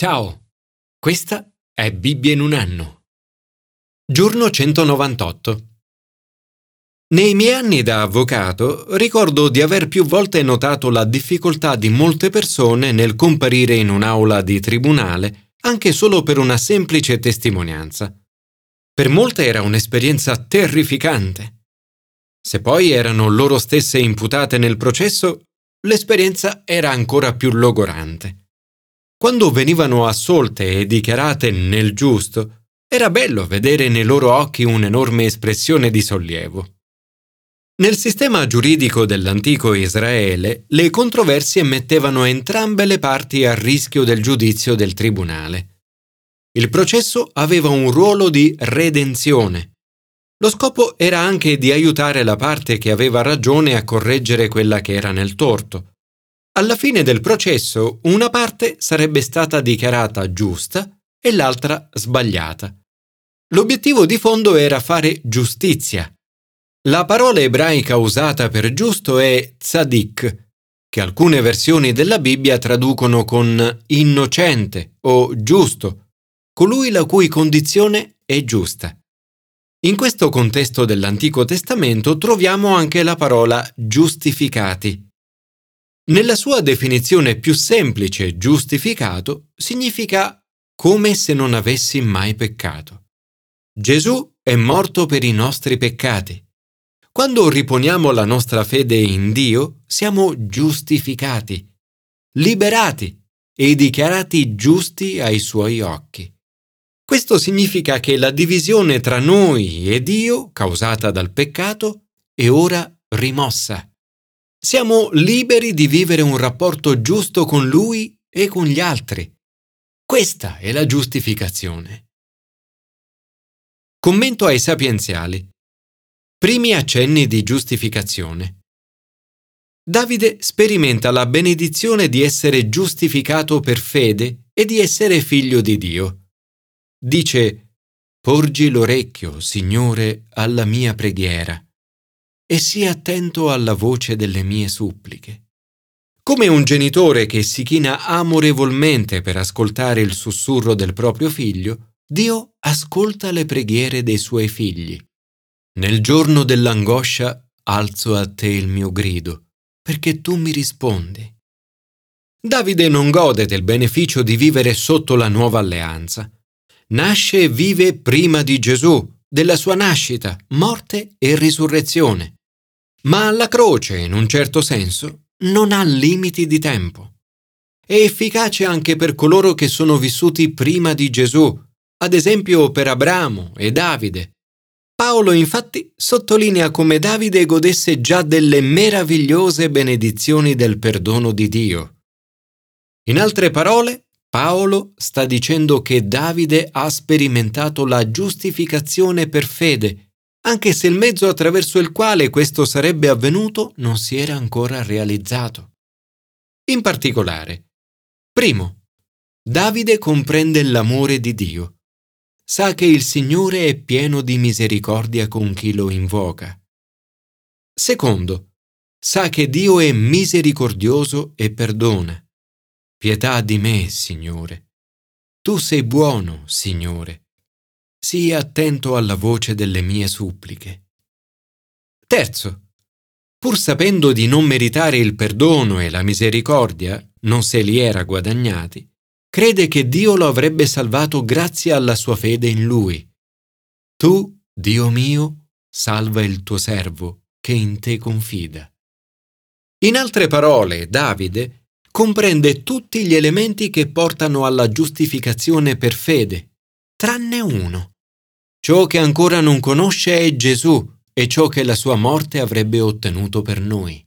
Ciao, questa è Bibbia in un anno. Giorno 198. Nei miei anni da avvocato ricordo di aver più volte notato la difficoltà di molte persone nel comparire in un'aula di tribunale anche solo per una semplice testimonianza. Per molte era un'esperienza terrificante. Se poi erano loro stesse imputate nel processo, l'esperienza era ancora più logorante. Quando venivano assolte e dichiarate nel giusto, era bello vedere nei loro occhi un'enorme espressione di sollievo. Nel sistema giuridico dell'antico Israele, le controversie mettevano entrambe le parti a rischio del giudizio del tribunale. Il processo aveva un ruolo di redenzione. Lo scopo era anche di aiutare la parte che aveva ragione a correggere quella che era nel torto. Alla fine del processo, una parte sarebbe stata dichiarata giusta e l'altra sbagliata. L'obiettivo di fondo era fare giustizia. La parola ebraica usata per giusto è tzadik, che alcune versioni della Bibbia traducono con innocente o giusto, colui la cui condizione è giusta. In questo contesto dell'Antico Testamento troviamo anche la parola giustificati. Nella sua definizione più semplice, giustificato significa come se non avessi mai peccato. Gesù è morto per i nostri peccati. Quando riponiamo la nostra fede in Dio, siamo giustificati, liberati e dichiarati giusti ai suoi occhi. Questo significa che la divisione tra noi e Dio, causata dal peccato, è ora rimossa. Siamo liberi di vivere un rapporto giusto con Lui e con gli altri. Questa è la giustificazione. Commento ai sapienziali. Primi accenni di giustificazione. Davide sperimenta la benedizione di essere giustificato per fede e di essere figlio di Dio. Dice: «Porgi l'orecchio, Signore, alla mia preghiera e sii attento alla voce delle mie suppliche». Come un genitore che si china amorevolmente per ascoltare il sussurro del proprio figlio, Dio ascolta le preghiere dei suoi figli. Nel giorno dell'angoscia alzo a te il mio grido, perché tu mi rispondi. Davide non gode del beneficio di vivere sotto la nuova alleanza. Nasce e vive prima di Gesù, della sua nascita, morte e risurrezione. Ma la croce, in un certo senso, non ha limiti di tempo. È efficace anche per coloro che sono vissuti prima di Gesù, ad esempio per Abramo e Davide. Paolo infatti sottolinea come Davide godesse già delle meravigliose benedizioni del perdono di Dio. In altre parole, Paolo sta dicendo che Davide ha sperimentato la giustificazione per fede, anche se il mezzo attraverso il quale questo sarebbe avvenuto non si era ancora realizzato. In particolare, primo, Davide comprende l'amore di Dio. Sa che il Signore è pieno di misericordia con chi lo invoca. Secondo, sa che Dio è misericordioso e perdona. Pietà di me, Signore. Tu sei buono, Signore. Sii attento alla voce delle mie suppliche. Terzo, pur sapendo di non meritare il perdono e la misericordia, non se li era guadagnati, crede che Dio lo avrebbe salvato grazie alla sua fede in Lui. Tu, Dio mio, salva il tuo servo, che in te confida. In altre parole, Davide comprende tutti gli elementi che portano alla giustificazione per fede, tranne uno. Ciò che ancora non conosce è Gesù e ciò che la sua morte avrebbe ottenuto per noi.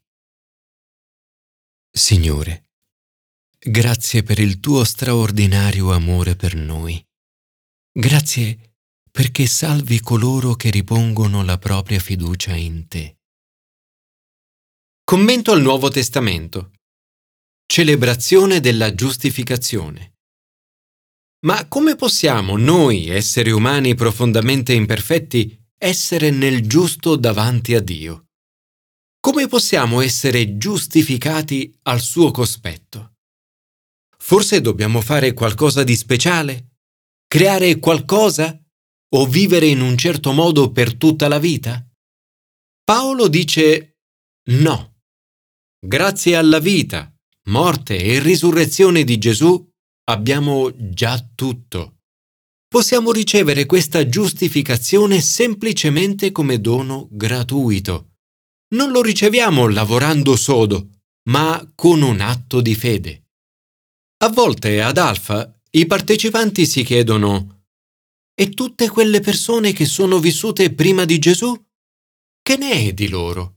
Signore, grazie per il tuo straordinario amore per noi. Grazie perché salvi coloro che ripongono la propria fiducia in te. Commento al Nuovo Testamento. Celebrazione della giustificazione. Ma come possiamo noi, esseri umani profondamente imperfetti, essere nel giusto davanti a Dio? Come possiamo essere giustificati al suo cospetto? Forse dobbiamo fare qualcosa di speciale? Creare qualcosa? O vivere in un certo modo per tutta la vita? Paolo dice no. Grazie alla vita, morte e risurrezione di Gesù abbiamo già tutto. Possiamo ricevere questa giustificazione semplicemente come dono gratuito. Non lo riceviamo lavorando sodo, ma con un atto di fede. A volte ad Alpha i partecipanti si chiedono: e tutte quelle persone che sono vissute prima di Gesù? Che ne è di loro?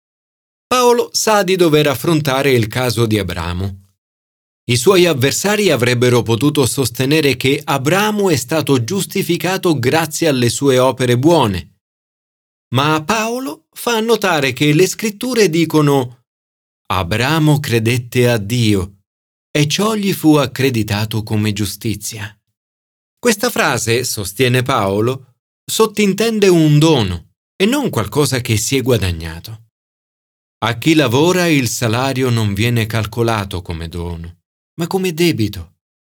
Paolo sa di dover affrontare il caso di Abramo. I suoi avversari avrebbero potuto sostenere che Abramo è stato giustificato grazie alle sue opere buone. Ma Paolo fa notare che le scritture dicono: Abramo credette a Dio e ciò gli fu accreditato come giustizia. Questa frase, sostiene Paolo, sottintende un dono e non qualcosa che si è guadagnato. A chi lavora il salario non viene calcolato come dono, ma come debito.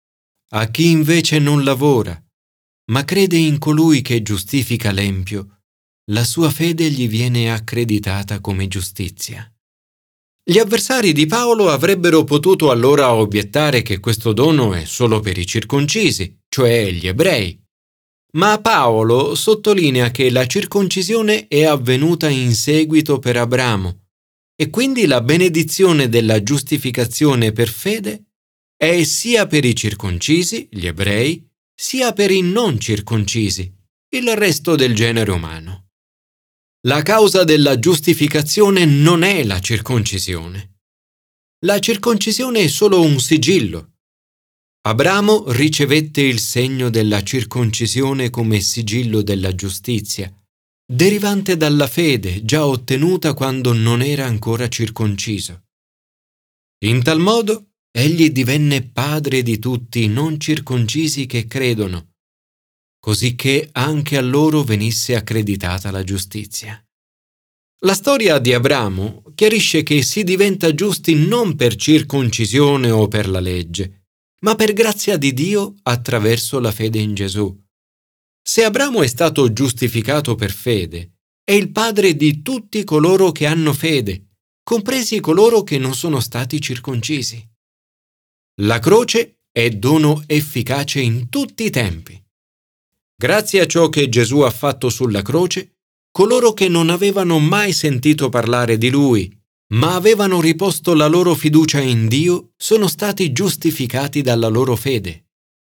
A chi invece non lavora, ma crede in colui che giustifica l'empio, la sua fede gli viene accreditata come giustizia. Gli avversari di Paolo avrebbero potuto allora obiettare che questo dono è solo per i circoncisi, cioè gli ebrei. Ma Paolo sottolinea che la circoncisione è avvenuta in seguito per Abramo e quindi la benedizione della giustificazione per fede è sia per i circoncisi, gli ebrei, sia per i non circoncisi, il resto del genere umano. La causa della giustificazione non è la circoncisione. La circoncisione è solo un sigillo. Abramo ricevette il segno della circoncisione come sigillo della giustizia, derivante dalla fede già ottenuta quando non era ancora circonciso. In tal modo, egli divenne padre di tutti i non circoncisi che credono, cosicché anche a loro venisse accreditata la giustizia. La storia di Abramo chiarisce che si diventa giusti non per circoncisione o per la legge, ma per grazia di Dio attraverso la fede in Gesù. Se Abramo è stato giustificato per fede, è il padre di tutti coloro che hanno fede, compresi coloro che non sono stati circoncisi. La croce è dono efficace in tutti i tempi. Grazie a ciò che Gesù ha fatto sulla croce, coloro che non avevano mai sentito parlare di Lui, ma avevano riposto la loro fiducia in Dio, sono stati giustificati dalla loro fede.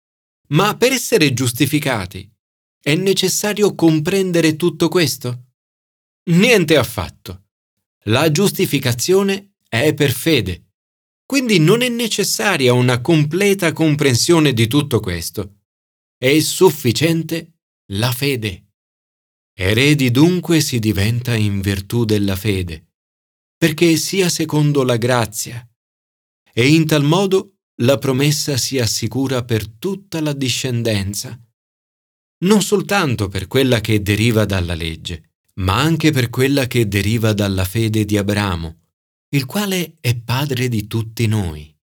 Ma per essere giustificati, è necessario comprendere tutto questo? Niente affatto. La giustificazione è per fede, quindi non è necessaria una completa comprensione di tutto questo. È sufficiente la fede. Eredi dunque si diventa in virtù della fede, perché sia secondo la grazia, e in tal modo la promessa si assicura per tutta la discendenza, non soltanto per quella che deriva dalla legge, ma anche per quella che deriva dalla fede di Abramo, il quale è padre di tutti noi.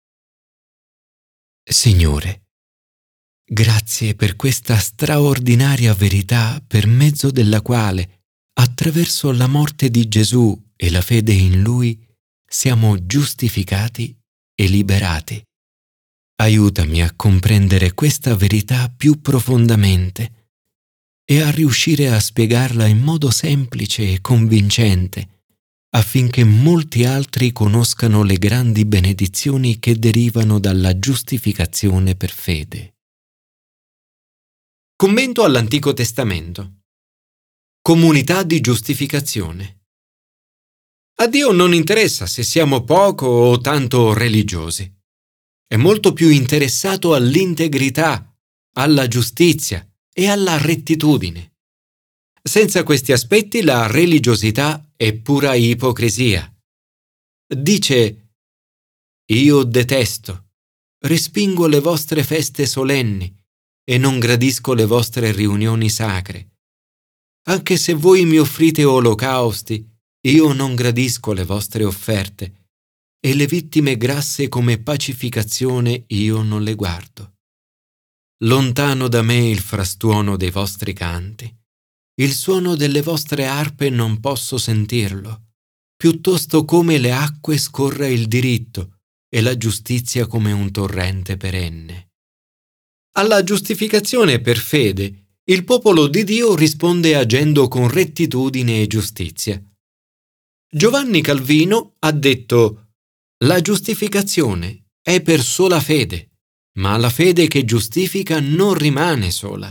Signore, grazie per questa straordinaria verità per mezzo della quale, attraverso la morte di Gesù e la fede in Lui, siamo giustificati e liberati. Aiutami a comprendere questa verità più profondamente e a riuscire a spiegarla in modo semplice e convincente, affinché molti altri conoscano le grandi benedizioni che derivano dalla giustificazione per fede. Commento all'Antico Testamento. Comunità di giustificazione. A Dio non interessa se siamo poco o tanto religiosi. È molto più interessato all'integrità, alla giustizia e alla rettitudine. Senza questi aspetti la religiosità è pura ipocrisia. Dice: io detesto, respingo le vostre feste solenni e non gradisco le vostre riunioni sacre. Anche se voi mi offrite olocausti, io non gradisco le vostre offerte, e le vittime grasse come pacificazione io non le guardo. Lontano da me il frastuono dei vostri canti, il suono delle vostre arpe non posso sentirlo, piuttosto come le acque scorra il diritto e la giustizia come un torrente perenne. Alla giustificazione per fede, il popolo di Dio risponde agendo con rettitudine e giustizia. Giovanni Calvino ha detto: la giustificazione è per sola fede, ma la fede che giustifica non rimane sola.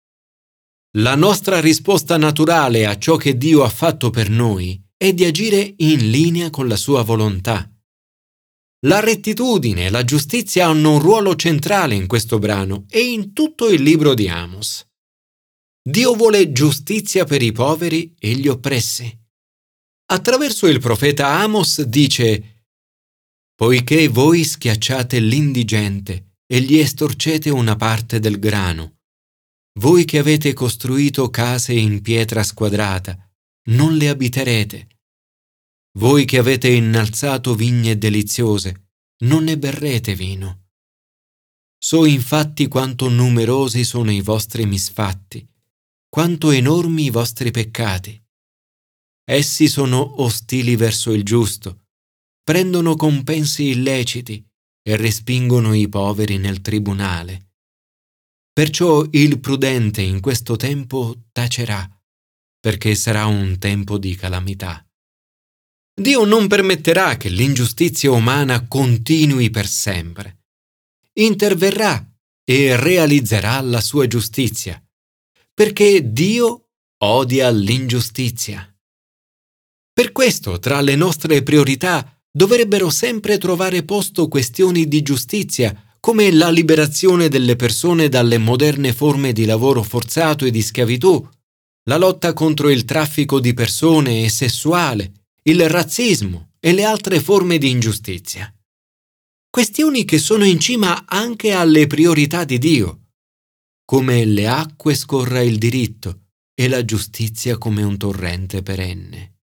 La nostra risposta naturale a ciò che Dio ha fatto per noi è di agire in linea con la sua volontà. La rettitudine e la giustizia hanno un ruolo centrale in questo brano e in tutto il libro di Amos. Dio vuole giustizia per i poveri e gli oppressi. Attraverso il profeta Amos dice: «Poiché voi schiacciate l'indigente e gli estorcete una parte del grano, voi che avete costruito case in pietra squadrata, non le abiterete. Voi che avete innalzato vigne deliziose, non ne berrete vino. So infatti quanto numerosi sono i vostri misfatti, quanto enormi i vostri peccati. Essi sono ostili verso il giusto, prendono compensi illeciti e respingono i poveri nel tribunale. Perciò il prudente in questo tempo tacerà, perché sarà un tempo di calamità. Dio non permetterà che l'ingiustizia umana continui per sempre. Interverrà e realizzerà la sua giustizia, perché Dio odia l'ingiustizia. Per questo, tra le nostre priorità dovrebbero sempre trovare posto questioni di giustizia, come la liberazione delle persone dalle moderne forme di lavoro forzato e di schiavitù, la lotta contro il traffico di persone e sessuale, il razzismo e le altre forme di ingiustizia. Questioni che sono in cima anche alle priorità di Dio, come le acque scorra il diritto e la giustizia come un torrente perenne.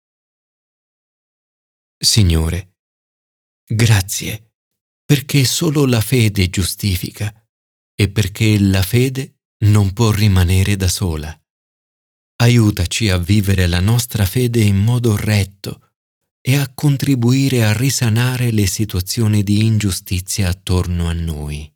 Signore, grazie, perché solo la fede giustifica e perché la fede non può rimanere da sola. Aiutaci a vivere la nostra fede in modo retto e a contribuire a risanare le situazioni di ingiustizia attorno a noi.